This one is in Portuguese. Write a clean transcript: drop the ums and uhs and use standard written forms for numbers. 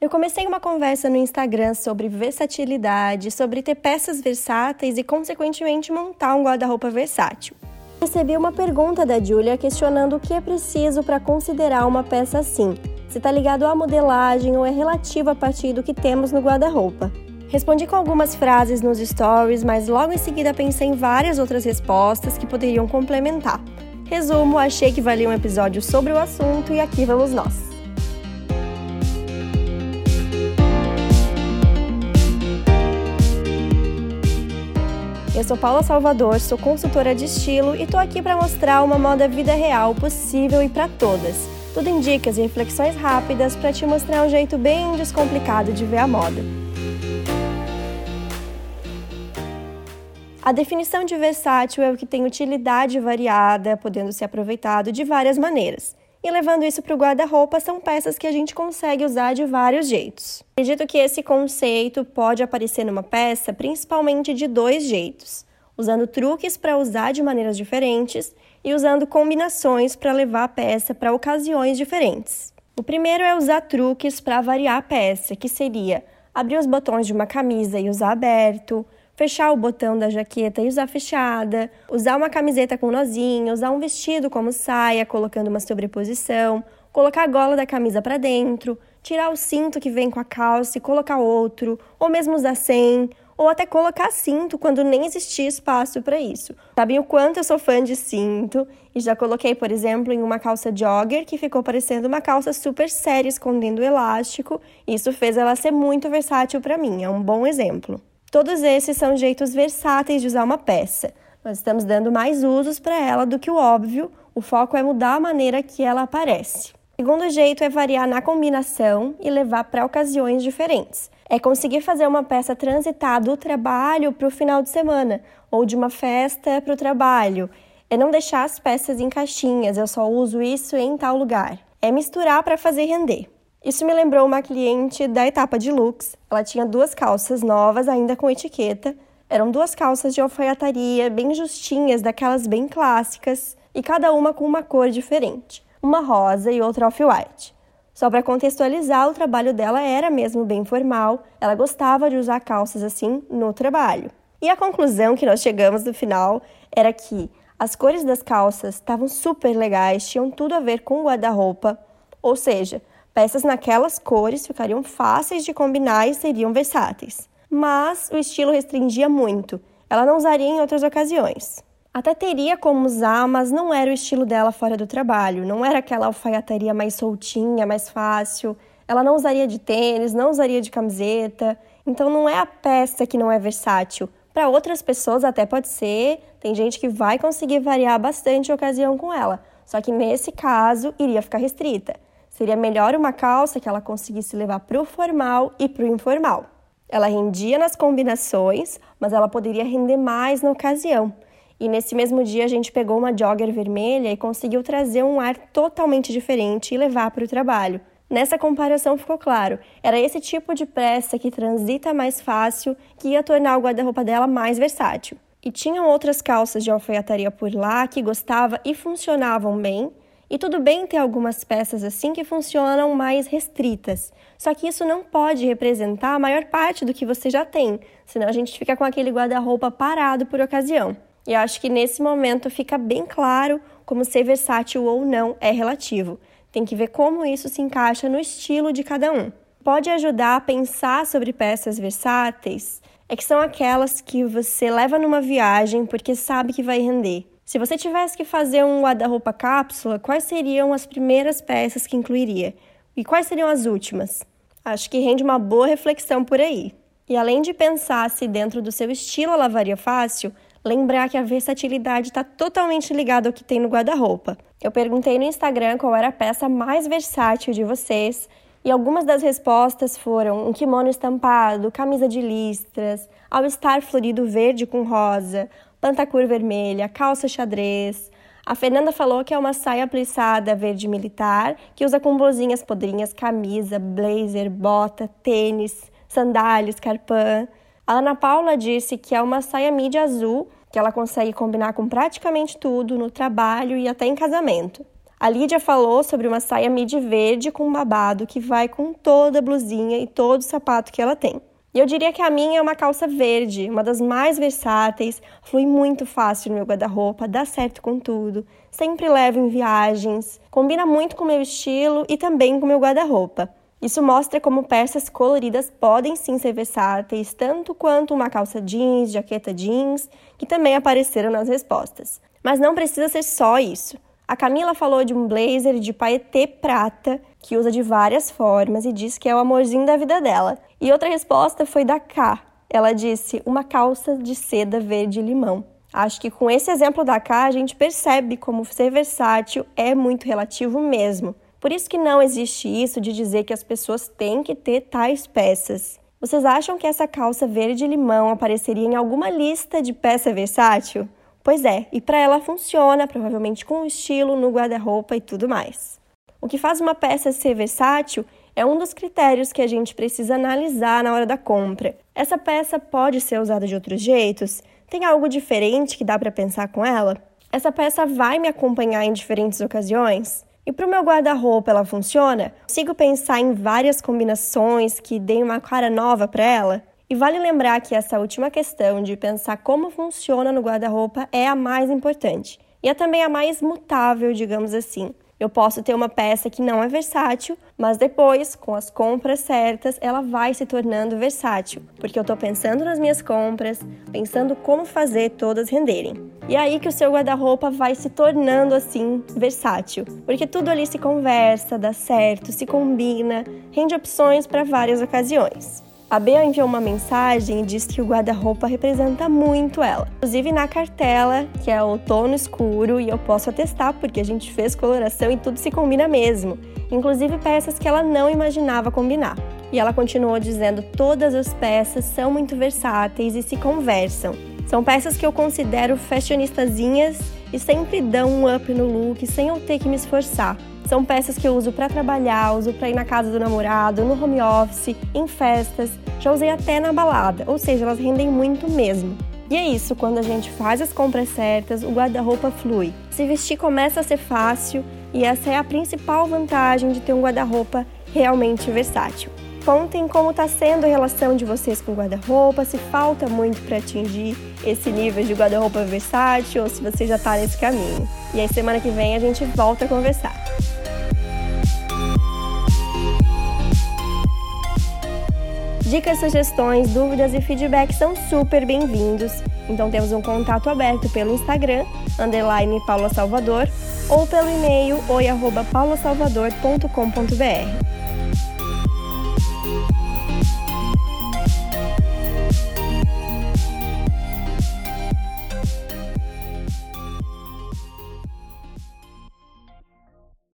Eu comecei uma conversa no Instagram sobre versatilidade, sobre ter peças versáteis e, consequentemente, montar um guarda-roupa versátil. Recebi uma pergunta da Júlia questionando o que é preciso para considerar uma peça assim, se está ligado à modelagem ou é relativo a partir do que temos no guarda-roupa. Respondi com algumas frases nos stories, mas logo em seguida pensei em várias outras respostas que poderiam complementar. Resumo, achei que valia um episódio sobre o assunto e aqui vamos nós. Eu sou Paula Salvador, sou consultora de estilo e tô aqui para mostrar uma moda vida real possível e para todas. Tudo em dicas e reflexões rápidas para te mostrar um jeito bem descomplicado de ver a moda. A definição de versátil é o que tem utilidade variada, podendo ser aproveitado de várias maneiras. E levando isso para o guarda-roupa, são peças que a gente consegue usar de vários jeitos. Acredito que esse conceito pode aparecer numa peça principalmente de dois jeitos, usando truques para usar de maneiras diferentes e usando combinações para levar a peça para ocasiões diferentes. O primeiro é usar truques para variar a peça, que seria abrir os botões de uma camisa e usar aberto, fechar o botão da jaqueta e usar fechada, usar uma camiseta com nozinho, usar um vestido como saia, colocando uma sobreposição, colocar a gola da camisa para dentro, tirar o cinto que vem com a calça e colocar outro, ou mesmo usar sem, ou até colocar cinto quando nem existia espaço para isso. Sabem o quanto eu sou fã de cinto e já coloquei, por exemplo, em uma calça jogger que ficou parecendo uma calça super séria escondendo o elástico, e isso fez ela ser muito versátil para mim, é um bom exemplo. Todos esses são jeitos versáteis de usar uma peça. Nós estamos dando mais usos para ela do que o óbvio, o foco é mudar a maneira que ela aparece. O segundo jeito é variar na combinação e levar para ocasiões diferentes. É conseguir fazer uma peça transitar do trabalho para o final de semana, ou de uma festa para o trabalho. É não deixar as peças em caixinhas, eu só uso isso em tal lugar. É misturar para fazer render. Isso me lembrou uma cliente da etapa de looks. Ela tinha 2 calças novas, ainda com etiqueta. Eram 2 calças de alfaiataria, bem justinhas, daquelas bem clássicas, e cada uma com uma cor diferente. Uma rosa e outra off-white. Só para contextualizar, o trabalho dela era mesmo bem formal. Ela gostava de usar calças assim no trabalho. E a conclusão que nós chegamos no final era que as cores das calças estavam super legais, tinham tudo a ver com o guarda-roupa, ou seja, peças naquelas cores ficariam fáceis de combinar e seriam versáteis. Mas o estilo restringia muito. Ela não usaria em outras ocasiões. Até teria como usar, mas não era o estilo dela fora do trabalho. Não era aquela alfaiataria mais soltinha, mais fácil. Ela não usaria de tênis, não usaria de camiseta. Então não é a peça que não é versátil. Para outras pessoas até pode ser. Tem gente que vai conseguir variar bastante a ocasião com ela. Só que nesse caso iria ficar restrita. Seria melhor uma calça que ela conseguisse levar para o formal e para o informal. Ela rendia nas combinações, mas ela poderia render mais na ocasião. E nesse mesmo dia a gente pegou uma jogger vermelha e conseguiu trazer um ar totalmente diferente e levar para o trabalho. Nessa comparação ficou claro, era esse tipo de peça que transita mais fácil que ia tornar o guarda-roupa dela mais versátil. E tinham outras calças de alfaiataria por lá que gostava e funcionavam bem. E tudo bem ter algumas peças assim que funcionam mais restritas. Só que isso não pode representar a maior parte do que você já tem, senão a gente fica com aquele guarda-roupa parado por ocasião. E eu acho que nesse momento fica bem claro como ser versátil ou não é relativo. Tem que ver como isso se encaixa no estilo de cada um. Pode ajudar a pensar sobre peças versáteis, é que são aquelas que você leva numa viagem porque sabe que vai render. Se você tivesse que fazer um guarda-roupa cápsula, quais seriam as primeiras peças que incluiria? E quais seriam as últimas? Acho que rende uma boa reflexão por aí. E além de pensar se dentro do seu estilo ela varia fácil, lembrar que a versatilidade está totalmente ligada ao que tem no guarda-roupa. Eu perguntei no Instagram qual era a peça mais versátil de vocês e algumas das respostas foram um kimono estampado, camisa de listras, all-star florido verde com rosa, pantacur vermelha, calça xadrez. A Fernanda falou que é uma saia plissada verde militar, que usa com blusinhas podrinhas, camisa, blazer, bota, tênis, sandália, escarpã. A Ana Paula disse que é uma saia midi azul, que ela consegue combinar com praticamente tudo no trabalho e até em casamento. A Lídia falou sobre uma saia midi verde com babado que vai com toda a blusinha e todo o sapato que ela tem. E eu diria que a minha é uma calça verde, uma das mais versáteis, flui muito fácil no meu guarda-roupa, dá certo com tudo, sempre levo em viagens, combina muito com o meu estilo e também com o meu guarda-roupa. Isso mostra como peças coloridas podem sim ser versáteis, tanto quanto uma calça jeans, jaqueta jeans, que também apareceram nas respostas. Mas não precisa ser só isso. A Camila falou de um blazer de paetê prata, que usa de várias formas e diz que é o amorzinho da vida dela. E outra resposta foi da Ká. Ela disse, uma calça de seda verde limão. Acho que com esse exemplo da Ká, a gente percebe como ser versátil é muito relativo mesmo. Por isso que não existe isso de dizer que as pessoas têm que ter tais peças. Vocês acham que essa calça verde limão apareceria em alguma lista de peça versátil? Pois é, e para ela funciona, provavelmente com estilo, no guarda-roupa e tudo mais. O que faz uma peça ser versátil é um dos critérios que a gente precisa analisar na hora da compra. Essa peça pode ser usada de outros jeitos? Tem algo diferente que dá para pensar com ela? Essa peça vai me acompanhar em diferentes ocasiões? E para o meu guarda-roupa ela funciona? Consigo pensar em várias combinações que deem uma cara nova para ela? E vale lembrar que essa última questão de pensar como funciona no guarda-roupa é a mais importante. E é também a mais mutável, digamos assim. Eu posso ter uma peça que não é versátil, mas depois, com as compras certas, ela vai se tornando versátil. Porque eu estou pensando nas minhas compras, pensando como fazer todas renderem. E é aí que o seu guarda-roupa vai se tornando, assim, versátil. Porque tudo ali se conversa, dá certo, se combina, rende opções para várias ocasiões. A Bea enviou uma mensagem e disse que o guarda-roupa representa muito ela. Inclusive na cartela, que é outono escuro, e eu posso atestar porque a gente fez coloração e tudo se combina mesmo. Inclusive peças que ela não imaginava combinar. E ela continuou dizendo que todas as peças são muito versáteis e se conversam. São peças que eu considero fashionistazinhas e sempre dão um up no look sem eu ter que me esforçar. São peças que eu uso para trabalhar, uso para ir na casa do namorado, no home office, em festas, já usei até na balada, ou seja, elas rendem muito mesmo. E é isso, quando a gente faz as compras certas, o guarda-roupa flui. Se vestir começa a ser fácil e essa é a principal vantagem de ter um guarda-roupa realmente versátil. Contem como está sendo a relação de vocês com o guarda-roupa, se falta muito para atingir esse nível de guarda-roupa versátil ou se você já está nesse caminho. E aí semana que vem a gente volta a conversar. Dicas, sugestões, dúvidas e feedback são super bem-vindos. Então temos um contato aberto pelo Instagram, _paulasalvador, ou pelo e-mail oi@paulasalvador.com.br.